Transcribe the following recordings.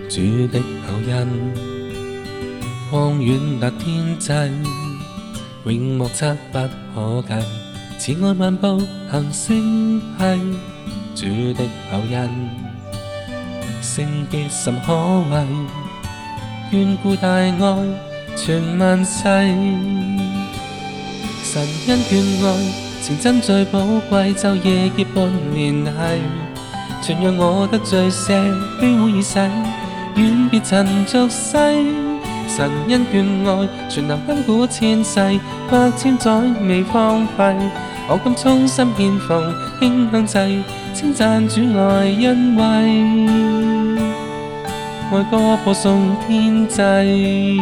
主的厚恩，看遠達天際，永莫測不可計。慈愛漫步行星系，主的厚恩，聖潔甚可畏，眷顧大愛全萬世。神恩眷愛，情真最寶貴，晝夜結伴連繫。全讓我得罪赦，卑污已洗，遠別塵俗世。神恩眷愛，全能甘苦千世，百千載未荒廢。我今衷心獻奉，馨香祭，稱讚主愛恩惠，愛歌播送天際。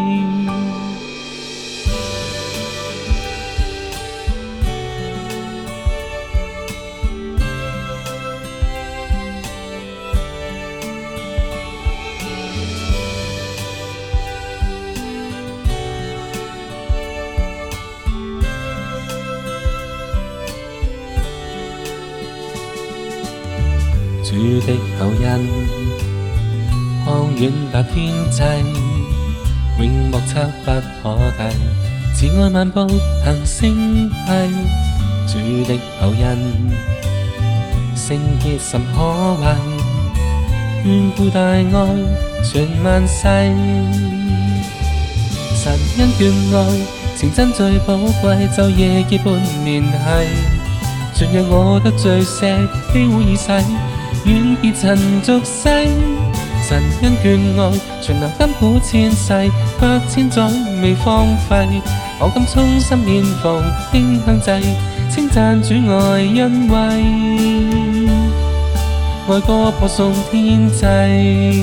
主的厚恩，看遠達天際，永莫測不可計。慈愛漫步行星系，主的厚恩，聖潔甚可畏，眷顧大愛全萬世。神恩眷愛，情真最寶貴，晝夜結伴連繫。全讓我得罪赦，卑污已洗，遠別塵俗世。神恩眷愛，全能甘苦千世，百千載未荒廢。我今衷心獻奉，馨香祭，稱讚主愛恩惠，愛歌播送天際。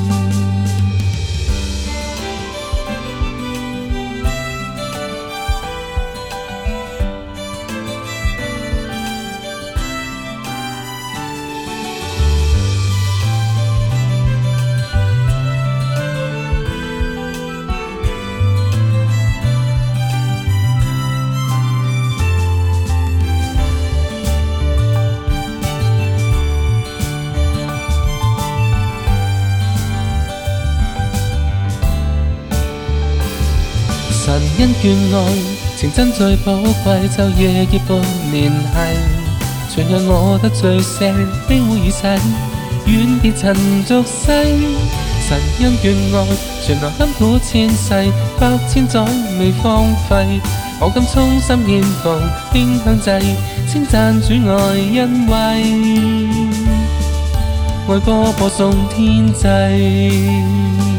神恩眷愛，情真最寶貴，晝夜結伴連繫。全讓我得罪赦，卑污已洗，遠別塵俗世。神恩眷愛，全能甘苦千世，百千載未荒廢。我今衷心獻奉，馨香祭，稱讚主愛恩惠，愛歌播送天際。